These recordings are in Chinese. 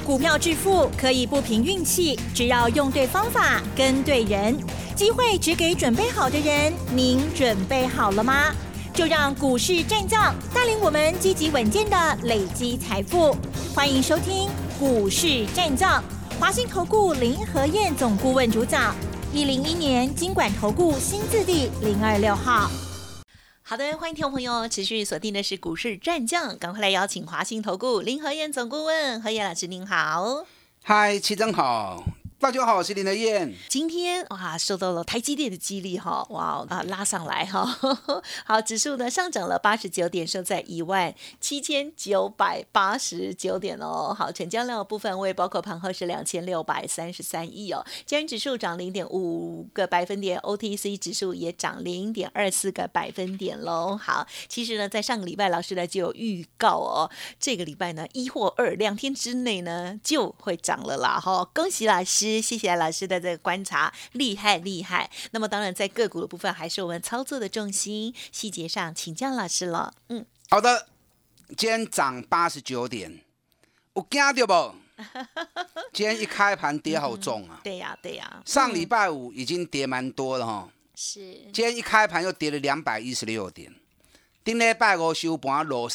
股票致富可以不凭运气，只要用对方法、跟对人。机会只给准备好的人，您准备好了吗？就让股市战将带领我们积极稳健的累积财富。欢迎收听股市战将，华信投顾林和彥总顾问主讲，101年金管投顾新字第026号。 好的，欢迎听众朋友持续锁定的是股市战将，赶快来邀请华信投顾林和彥总顾问，和彥老师您好。 嗨，齐正好。大家好，我是林和彥。 今天哇，受到了台积电的激励哈，哇拉上来哈，好，指数呢上涨了89点，收在17989点哦。好，成交量的部分，我也包括盘后是2633亿哦。加权指数涨0.5个百分点 ，OTC 指数也涨0.24个百分点喽。好，其实呢，在上个礼拜老师呢就有预告哦，这个礼拜呢1或22天之内呢就会涨了啦哈，恭喜老师。谢谢老师的这个观察，厉害厉害。那么当然在个股的部分还是我们操作的重心，细节上请教老师了。 好的，今天涨89点，有惊到不？今天一开盘跌好重啊！ 对呀对呀， 上礼拜五已经跌蛮多了哈， 是。 今天一开盘又跌了216点，顶礼拜五收盘落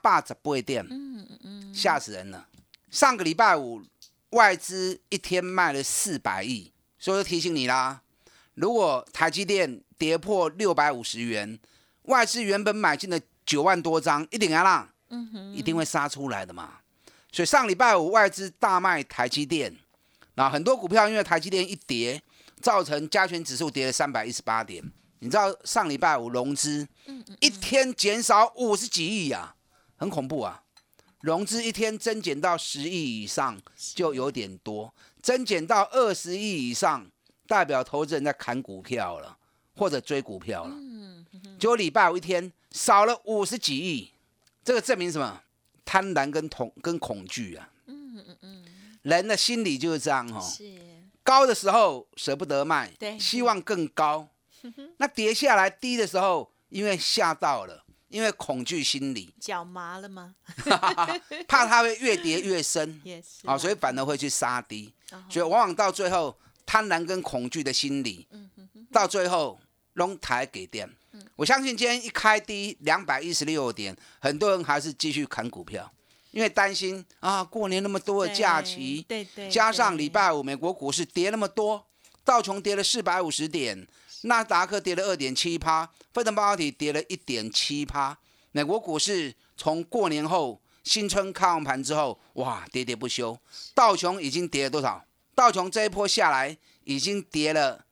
318点，吓死人了。上个礼拜五外资一天卖了400亿，所以就提醒你啦，如果台积电跌破650元，外资原本买进的9万多张，一定要让，一定会杀出来的嘛。所以上礼拜五外资大卖台积电，那很多股票因为台积电一跌，造成加权指数跌了318点。你知道上礼拜五融资一天减少50几亿啊，很恐怖啊。融资一天增减到10亿以上就有点多，增减到20亿以上，代表投资人在砍股票了，或者追股票了。结果礼拜五一天少了50几亿，这个证明什么？贪婪跟恐惧啊。人的心理就是这样哦。高的时候舍不得卖，希望更高。那跌下来低的时候，因为吓到了。因为恐惧心理， 脚麻了吗？ 怕它会越跌越深，所以反而会去杀低，所以往往到最后贪婪跟恐惧的心理，到最后拢抬给点。我相信今天一开低216点，很多人还是继续砍股票，因为担心啊，过年那么多的假期，加上礼拜五美国股市跌那么多，道琼跌了450点。纳斯达克跌了2.7%，费城半导体跌了1.7%。美国股市从过年后新春开完盘之后，哇，喋喋不休。道琼已经跌了多少？道琼这一波下来已经跌了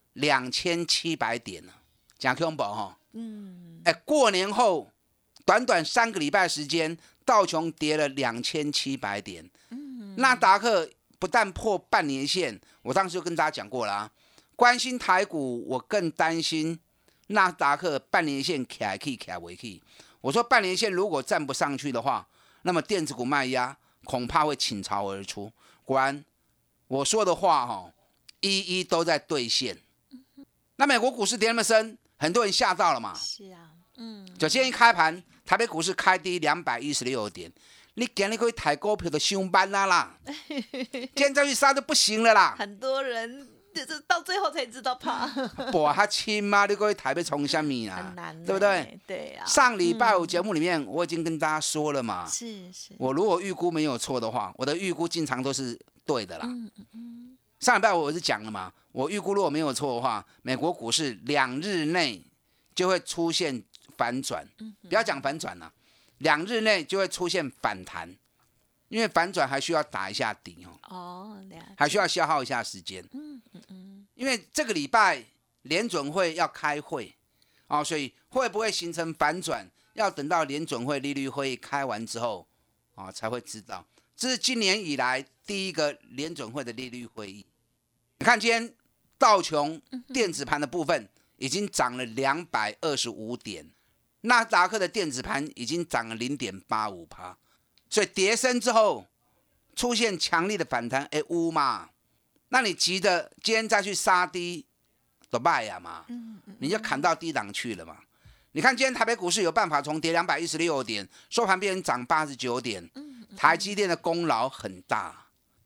2700点了，讲恐怖哈。过年后短短3个礼拜时间，道琼跌了2700点。纳斯达克不但破半年线，我当时就跟大家讲过了啊。关心台股，我更担心纳斯达克半年线卡起卡不起。我说半年线如果站不上去的话，那么电子股卖压恐怕会倾巢而出。果然，我说的话一都在兑现。那美国股市跌那么深，很多人吓到了嘛。 是啊， 就今天一开盘，台北股市开低216点，你今天可以抬股票的上班啦，今天再去杀就不行了啦。 很多人。这到最后才知道怕， 博较轻嘛，你过去台北冲什么啊？ 很难， 对不对？ 对啊。上礼拜五节目里面我已经跟大家说了嘛， 是。 我如果预估没有错的话，我的预估经常都是对的啦。上礼拜我是讲了嘛，我预估如果没有错的话，美国股市2日内就会出现反转，不要讲反转了，2日内就会出现反弹。因为反转还需要打一下底还需要消耗一下时间。因为这个礼拜联准会要开会所以会不会形成反转，要等到联准会利率会议开完之后才会知道。这是今年以来第一个联准会的利率会议。你看今天道琼电子盘的部分已经涨了225点，纳斯达克的电子盘已经涨了0.85%。所以跌升之后出现强力的反弹，有嘛？那你急着今天再去杀低，就卖呀嘛，你就砍到低档去了嘛。你看今天台北股市有办法从跌216点收盘变成涨89点，台积电的功劳很大。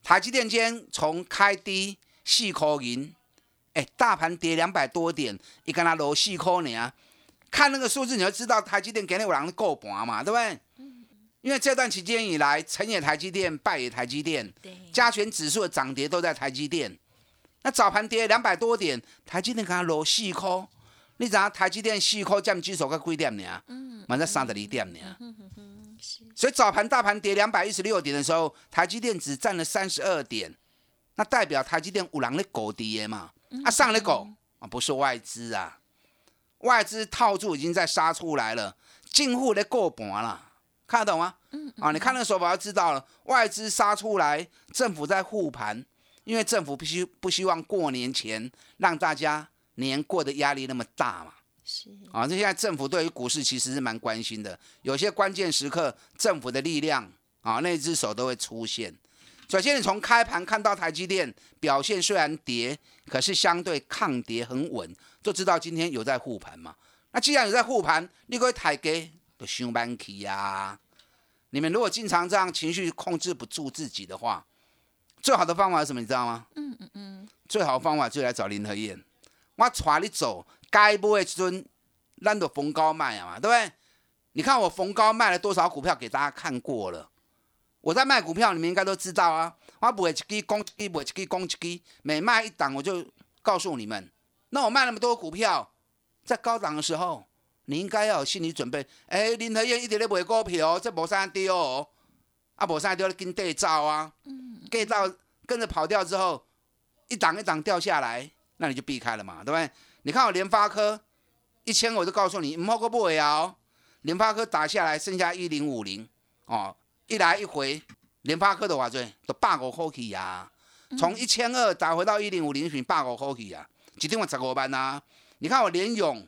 台积电今天从开低4块银，大盘跌200多点，一跟它落4块呢。看那个数字，你就知道台积电给你有人够盘嘛，对不对？因为这段期间以来，成也台积电，败也台积电，加权指数的涨跌都在台积电。那早盘跌200多点，台积电给它落4块，你知道台积电4块占指数才几点呢？嘛才32点呢。所以早盘大盘跌216点的时候，台积电只占了32点，那代表台积电有人在狗跌嘛？上来狗啊，不是外资啊，外资套住已经在杀出来了，进户在过盘了，看得懂吗？你看那个手法就知道了，外资杀出来，政府在护盘，因为政府不希望过年前让大家年过的压力那么大嘛。这现在政府对于股市其实是蛮关心的，有些关键时刻，政府的力量那只手都会出现。首先，你从开盘看到台积电表现虽然跌，可是相对抗跌很稳，就知道今天有在护盘嘛。那既然有在护盘，你可以抬价就伤慢去呀。你们如果经常这样情绪控制不住自己的话，最好的方法是什么？你知道吗？最好的方法就是来找林和燕，我带你走。该买的时候，咱就逢高卖嘛，对不对？你看我逢高卖了多少股票给大家看过了。我在卖股票，你们应该都知道啊。我卖一支讲一支，卖一支讲一支，每卖一档我就告诉你们。那我卖那么多股票，在高档的时候，你应该要有心理准备。林和燕一直在卖股票，这没啥对哦。没啥对，跟对照啊。对照跟着跑掉之后，一档一档掉下来，那你就避开了嘛，对不对？你看我联发科1000，我就告诉你，不好过不会啊。联发科打下来剩下1050一来一回，联发科的话就150块去啊，从1200打回到1050，是150块去啊，一张15万啊。你看我联咏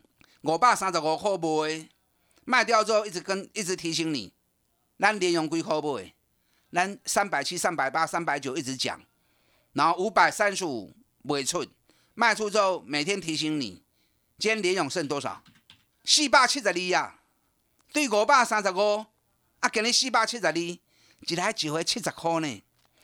535块卖掉之后，一直提醒你，咱联咏几块买，咱370、380、390一直讲，然后535卖出。卖出之后，每天提醒你，今天联咏剩多少？472呀，对535，今日472，一来一回70块呢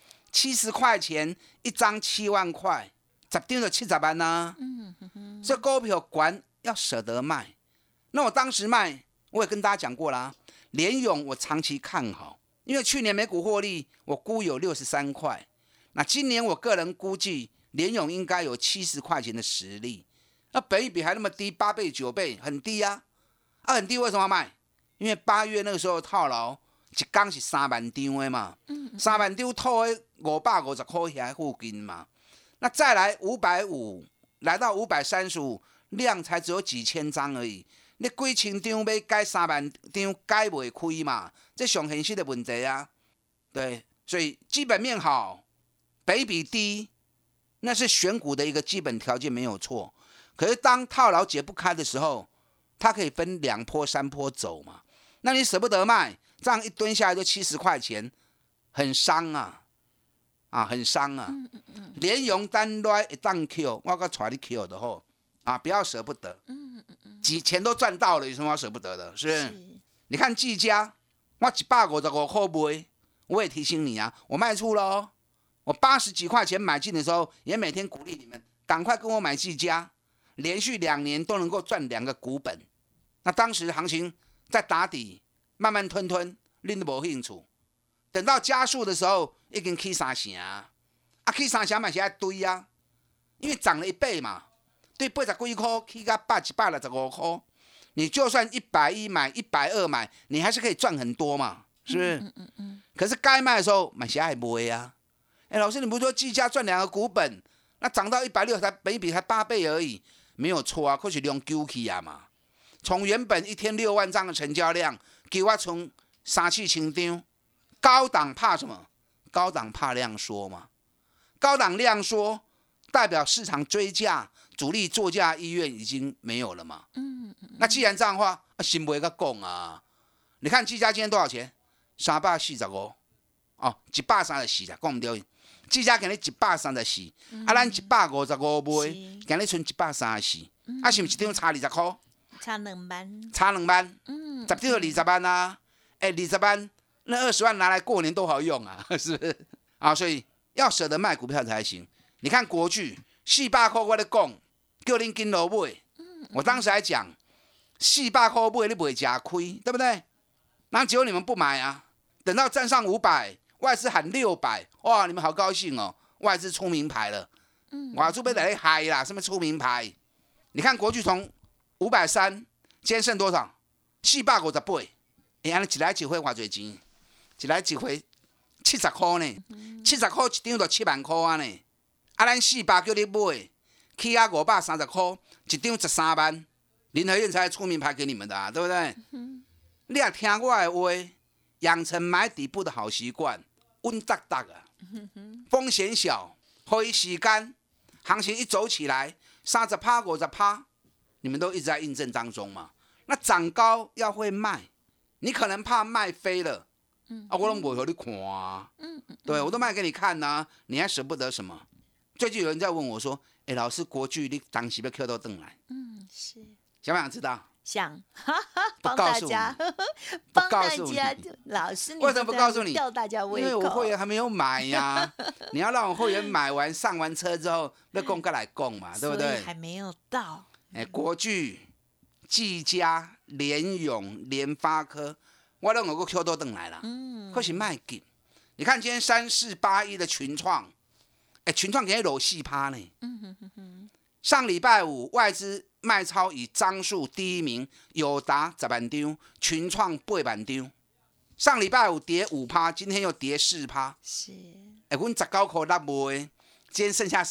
，70块钱一张7万块，10张就70万啊。所以股票管要舍得卖。那我当时卖，我也跟大家讲过啦，联咏我长期看好，因为去年每股获利我估有63块，那今年我个人估计。联咏应该有70块钱的实力，那本益比还那么低，8倍9倍，很低啊！很低为什么要卖？因为8月那个时候套牢，一天是3万张的嘛，3万张套的550块遐附近嘛。那再来550，来到535，量才只有几千张而已。你几千张要改3万张，改不开嘛？这上现实的问题啊。对，所以基本面好，本益比低。那是选股的一个基本条件，没有错。可是当套牢解不开的时候，它可以分2波3波走嘛。那你舍不得卖，这样一蹲下来就70块钱，很伤啊，很伤啊。联咏单来一档 Q， 我给带你 Q 的后不要舍不得。钱都赚到了，有什么要舍不得的？是不是？你看技嘉，我155块买，我也提醒你啊，我卖出了哦。我80几块钱买进的时候，也每天鼓励你们赶快跟我买技嘉，连续2年都能够赚2个股本。那当时行情在打底，慢慢吞，你都没兴趣。等到加速的时候，已经起3成，起3成嘛是要堆啊，因为涨了1倍嘛，对80几块起到165块，你就算110买120买，你还是可以赚很多嘛，是不是？可是该卖的时候，嘛是要卖啊。老师，你不是说技嘉赚2个股本，那涨到160才本益比才8倍而已，没有错啊，可是量救起啊嘛。从原本1天6万张的成交量，给我从3、4千张，高档怕什么？高档怕量缩嘛。高档量缩，代表市场追价、主力作价意愿已经没有了嘛。那既然这样的话，先不要讲啊。你看技嘉今天多少钱？345。134啦，讲唔对。技嘉今日134，咱155买，今日剩134，是不是一张差20块？ 差2万。 差2万，10张就20万啊！20万，那20万拿来过年多好用啊，是不是？所以要舍得卖股票才行。你看国巨400块，我在讲，叫您跟落买。我当时还讲400块买，你不会吃亏，对不对？那结果你们不买啊，等到站上500，外资喊600，哇，你们好高兴哦，外资出名牌了。外资被来嗨啦，什么出名牌？你看国巨从530，今天剩多少？458。安尼一来一回偌侪钱？一来一回70块呢，70块一张就7万块啊呢。啊，咱400叫你买，起啊530块，一张13万。林和燕才出名牌给你们的啊，对不对？你也听我的话，养成买底部的好习惯，稳当当啊，风险小，花时间，行情一走起来，30%、50%，你们都一直在印证当中嘛。那涨高要会卖，你可能怕卖飞了，我都不给你看啊，对我都卖给你看啊，你还舍不得什么？最近有人在问我说，老师，国巨你当时要 Q 到回来？ 是。 想不想知道？ 想， 不告诉你， 帮大家，老师， 为什么不告诉你？ 吊大家胃口， 因为我会员还没有买呀。你要让我会员买完上完车之后，要供过来供嘛，对不对？ 所以还没有到。 国巨、技嘉、联咏、联发科，我都能够 Q 到回来了。可是卖紧。你看今天3481的群创，群创给它落4%呢。上礼拜五外资卖超以张数第一名，友达10万张，群创8万张。上礼拜五跌5%，今天又跌4%。 是。 我们19块落卖，今天剩下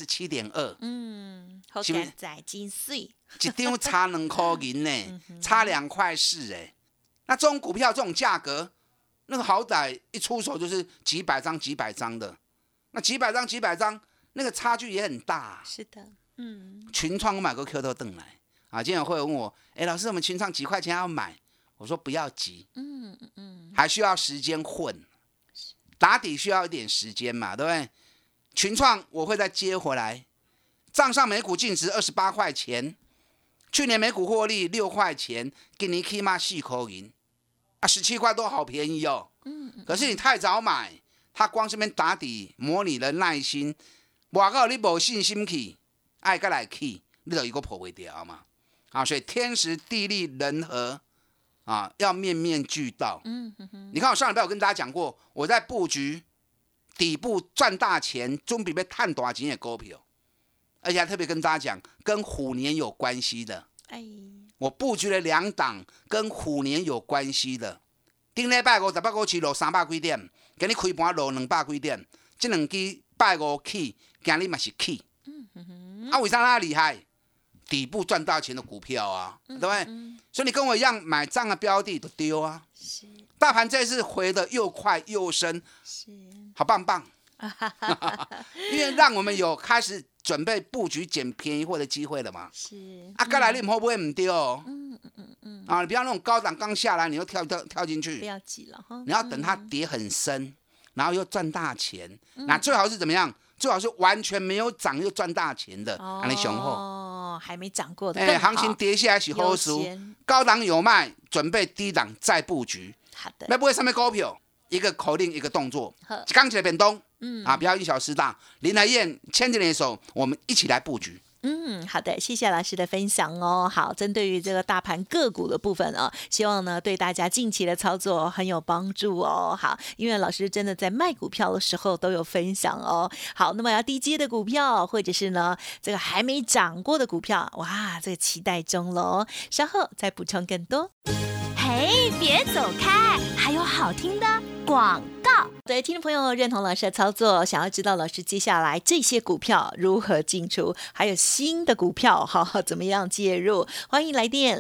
17.2。 好赶仔真水。 一张差2块银呢，差2块4。那这种股票这种价格，那个好歹一出手就是几百张几百张的，那几百张几百张，那个差距也很大。 是的。 群创我买个 Q 都回来啊！今天会问我，老师，我们群创几块钱要买？我说不要急，还需要时间混，打底需要一点时间嘛，对不对？群创我会再接回来，账上每股净值28块钱，去年每股获利6块钱，今年起码4块银啊，17块多好便宜哦。可是你太早买，它光这边打底磨你的耐心，外口你没信心去。爱再来起，你就一个破不掉嘛，所以天时地利人和要面面俱到。你看我上礼拜有跟大家讲过，我在布局底部赚大钱，准备要赚大钱的股票，而且还特别跟大家讲，跟虎年有关系的。我布局了2档跟虎年有关系的。顶礼拜58股市落300几点，今日开盘落200几点，这2支拜五起，今日嘛是起。为啥它厉害？底部赚大钱的股票啊，对不对？所以你跟我一样买这样的标的都丢啊。大盘这次回的又快又深，好棒棒。因为让我们有开始准备布局捡便宜货的机会了嘛。再来你会不会不丢？你不要那种高档刚下来你又跳进去， 不要急了哈。 你要等它跌很深，然后又赚大钱。那最好是怎么样？最好是完全没有涨又赚大钱的，你雄厚还没涨过的， 行情跌下来是好事，高档有卖，准备低档再布局。 好的， 要买什么股票？一个口令，一个动作，刚起来变动，不要因小失大。林和燕牵着你的手，我们一起来布局。 好的，谢谢老师的分享哦。好，针对于这个大盘个股的部分哦，希望呢对大家近期的操作很有帮助哦。好，因为老师真的在卖股票的时候都有分享哦。好，那么要低阶的股票，或者是呢这个还没涨过的股票，哇，这个期待中喽。稍后再补充更多。 嘿，别走开，还有好听的广告。 对，听众朋友认同老师的操作，想要知道老师接下来这些股票如何进出，还有新的股票怎么样介入，欢迎来电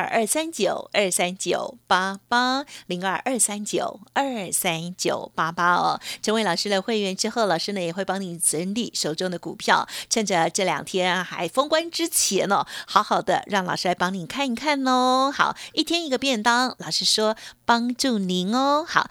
02-239-23988202-239-2388哦。成为老师的会员之后，老师呢也会帮你整理手中的股票，趁着这2天还封关之前哦，好好的让老师来帮你看一看哦。好，一天一个便当，老师说帮助您哦。好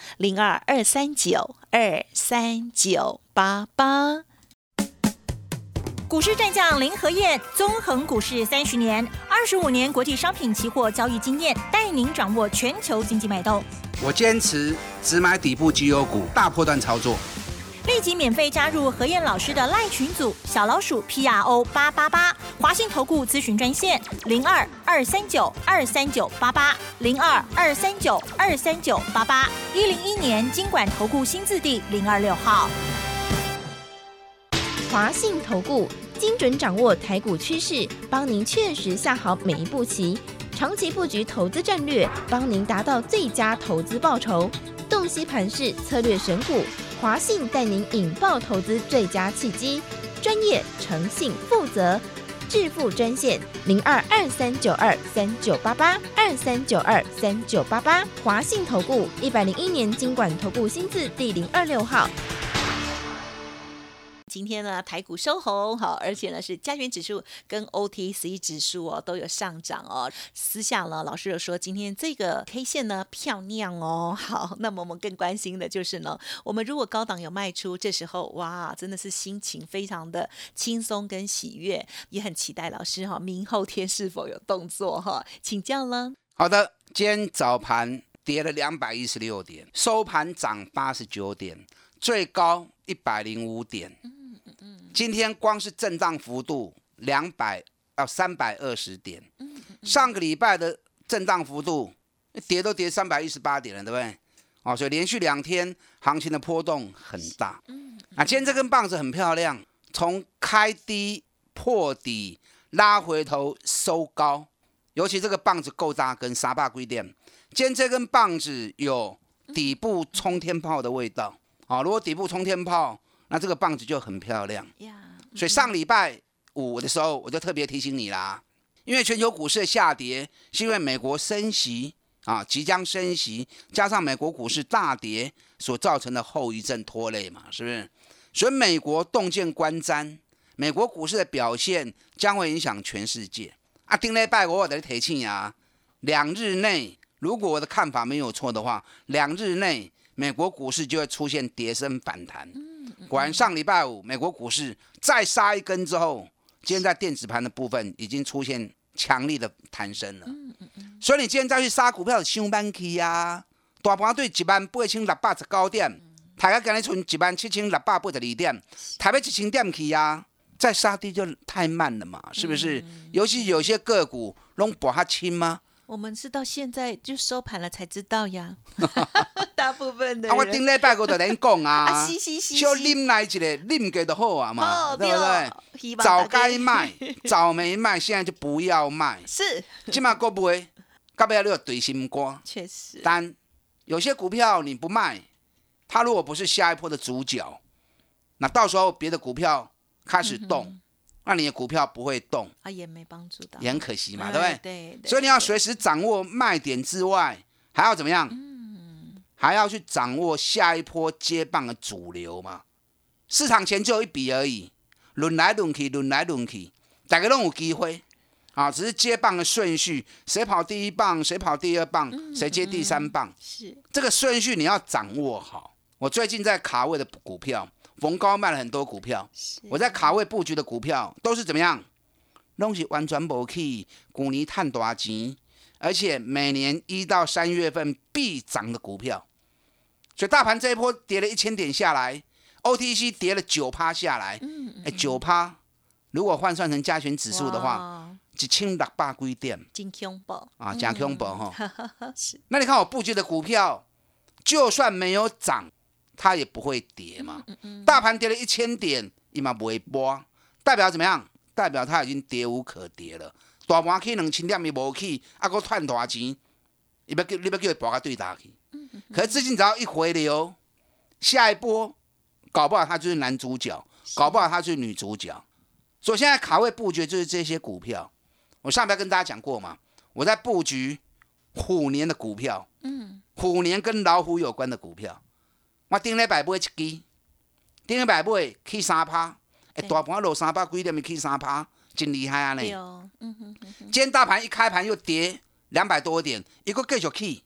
，02-239-2388。 股市战将林和燕，纵横股市30年，25年国际商品期货交易经验，带您掌握全球经济脉动。 我坚持只买底部绩优股，大波段操作。 立即免费加入何燕老师的赖群组，小老鼠 PRO888，华信投顾咨询专线02-239-23988，02-239-23988，101年金管投顾新字第026号。 华信投顾精准掌握台股趋势，帮您确实下好每一步棋，长期布局投资战略，帮您达到最佳投资报酬。洞悉盘势，策略选股，华信带您引爆投资最佳契机，专业、诚信、负责。致富专线02-2392-3988，2392-3988，华信投顾101年金管投顾新字第026号。 今天呢，台股收红，好，而且呢是加权指数跟 OTC 指数哦都有上涨哦。私下呢，老师有说今天这个 K 线呢漂亮哦。好，那么我们更关心的就是呢，我们如果高档有卖出，这时候哇，真的是心情非常的轻松跟喜悦，也很期待老师哈明后天是否有动作哈，请教了。 好的，今天早盘跌了216点，收盘涨89点，最高105点。今天光是震荡幅度320点，上个礼拜的震荡幅度跌都跌318点了，对不对？哦，所以连续2天行情的波动很大。今天这根棒子很漂亮，从开低破底拉回头收高，尤其这个棒子够大根，300几点。今天这根棒子有底部冲天炮的味道。如果底部冲天炮，那这个棒子就很漂亮。所以上礼拜五的时候，我就特别提醒你啦，因为全球股市的下跌是因为美国升息即将升息，加上美国股市大跌所造成的后遗症拖累嘛，是不是？所以美国洞见观瞻，美国股市的表现将会影响全世界。顶礼拜我在提醒2日内，如果我的看法没有错的话，2日内美国股市就会出现跌升反弹。果然上礼拜五美国股市再杀一根之后，今天在电子盘的部分已经出现强力的弹升了。所以你今天再去杀股票就伤慢去啊，大盘对18619点，台北今日剩17682点，台北1000点去啊，再杀低就太慢了嘛，是不是？尤其有些个股都博较轻吗？ 我们是到现在就收盘了才知道呀，大部分的人。 我顶礼拜我就跟你讲是小啉来一个，啉过就好啊嘛，对不对？早该卖，早没卖，现在就不要卖。 是， 现在还卖，到尾你就对心肝。 确实。 但有些股票你不卖，它如果不是下一波的主角，那到时候别的股票开始动。那你的股票不会动也没帮助到， 也很可惜嘛，对不对？ 对。 所以你要随时掌握卖点之外，还要怎么样？还要去掌握下一波接棒的主流嘛。市场前就有一笔而已，轮来轮去，大家都有机会只是接棒的顺序，谁跑第一棒，谁跑第二棒，谁接第三棒， 是这个顺序你要掌握好。我最近在卡位的股票。逢高卖了很多股票，我在卡位布局的股票都是怎么样？都是完全没去，去年赚大钱，而且每年1到3月份必涨的股票。所以大盘这一波跌了1000点下来 ，OTC 跌了9%下来，9%如果换算成加权指数的话，1600几点， 真恐怖啊，真恐怖哈。那你看我布局的股票，就算没有涨。它也不会跌嘛，大盘跌了1000点，它也不会跌，代表怎么样？代表它已经跌无可跌了。大盘去2000点也没去，还赚大钱，你要叫它跌到对打去。可是资金只要一回流，下一波搞不好它就是男主角，搞不好它就是女主角。所以现在卡位布局就是这些股票。我上边跟大家讲过嘛，我在布局虎年的股票，虎年跟老虎有关的股票。我顶礼拜买一支，顶礼拜买起3%，大盘落300几点咪起3%，真厉害啊呢！今天大盘一开盘又跌200多点，伊佫继续起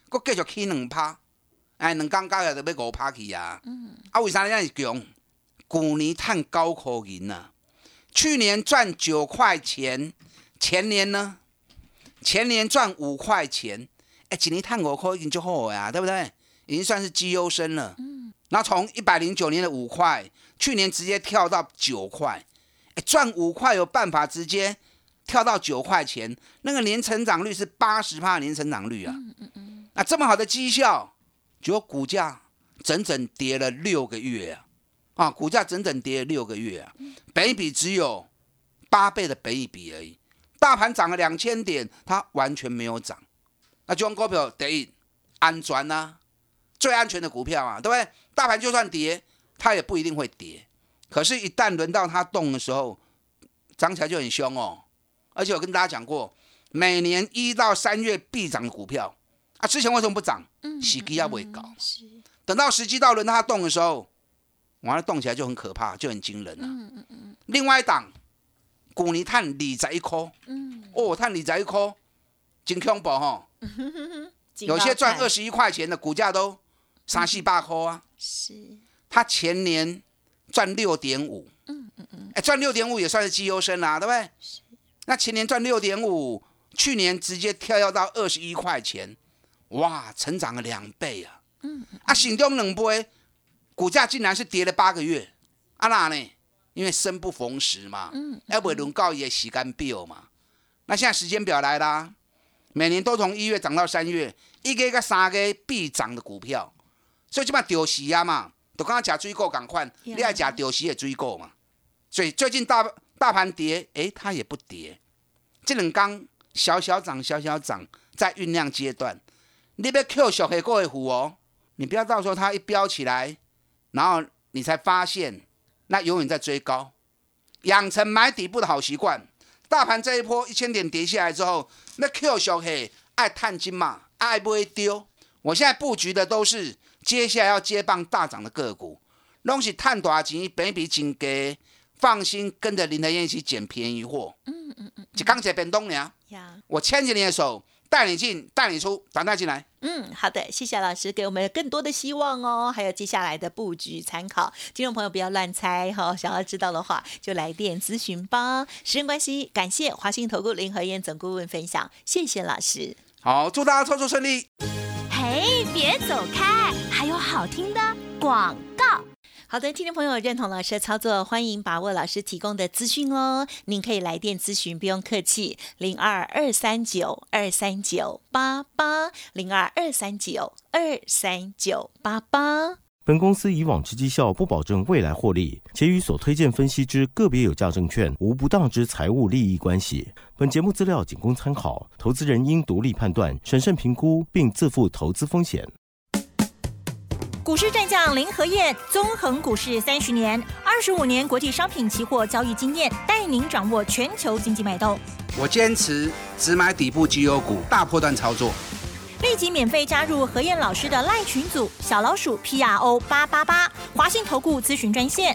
2%，两天加起来就要5%去啊！为啥这样强？去年赚9块银啊，去年赚9块钱，前年呢？前年赚5块钱，一年赚5块已经就好呀，对不对？已经算是绩优生了。 然后从109年的5块，去年直接跳到9块，赚5块有办法直接跳到9块钱，那个年成长率是80%的年成长率啊！那这么好的绩效，结果股价整整跌了6个月啊！股价整整跌了6个月啊！本益比只有8倍的本益比而已，大盘涨了2000点，它完全没有涨。那这种股票第一安全啊，最安全的股票啊，对不对？大盘就算跌，它也不一定会跌。可是，一旦轮到它动的时候，涨起来就很凶哦。而且我跟大家讲过，每年1到3月必涨的股票啊，之前为什么不涨？时机要不会搞。等到时机到轮到它动的时候，完了动起来就很可怕，就很惊人了。另外一档，去年赚21块，赚21块，真恐怖吼。有些赚21块钱的股价都300-400块啊。是。他前年赚6.5，赚6.5也算是绩优生啦，对不对？那前年赚6.5，去年直接跳跃到21块钱，哇，成长了2倍啊！成长2倍，股价竟然是跌了8个月，哪呢？因为生不逢时嘛，要不轮到伊的时间表嘛。那现在时间表来啦，每年都从1月涨到3月，1个跟3个必涨的股票，所以这嘛丢时啊嘛。就刚刚吃水果同款，你爱吃丢时的水果嘛？所以最近大盘跌，它也不跌。这两天小小涨，在酝酿阶段。你要 Q 小黑股的股哦，你不要到时候它一飙起来，然后你才发现，那永远在追高。养成买底部的好习惯。大盘这一波1000点跌下来之后，那 Q 小黑爱探金嘛，爱不会丢。我现在布局的都是接下来要接棒大涨的个股，都是赚大钱，本益比真低，放心跟着林和彥一起捡便宜货。一天一个便当而已。我牵着你的手，带你进，带你出，转带进来。 好的，谢谢老师给我们更多的希望哦，还有接下来的布局参考。听众朋友不要乱猜哈，想要知道的话就来电咨询吧。时间关系，感谢华信投顾林和彥总顾问分享，谢谢老师。 好，祝大家操作顺利。 嘿，别走开，还有好听的广告。 好的，听众朋友认同老师的操作，欢迎把握老师提供的资讯哦。您可以来电咨询，不用客气，02-239-23988，02-239-23988。 本公司以往之绩效不保证未来获利，且与所推荐分析之个别有价证券无不当之财务利益关系。本节目资料仅供参考，投资人应独立判断、审慎评估，并自负投资风险。 股市战将林和彥，纵横股市30年，25年国际商品期货交易经验，带您掌握全球经济脉动。 我坚持只买底部绩优股，大波段操作。 立即免费加入和彥老师的LINE群组，小老鼠 PRO888，华信投顾咨询专线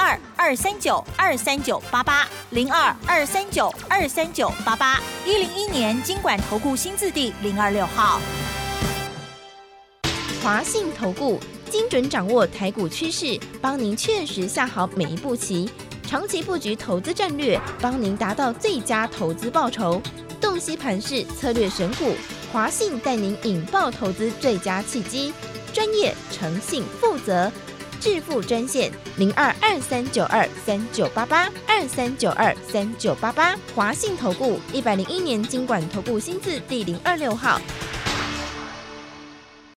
02-239-23988，02-239-23988，101年金管投顾新字第026号。 华信投顾精准掌握台股趋势，帮您确实下好每一步棋，长期布局投资战略，帮您达到最佳投资报酬。洞悉盘势，策略选股，华信带您引爆投资最佳契机，专业、诚信、负责。致富专线02-2392-3988，2392-3988。华信投顾101年金管投顾新字第026号。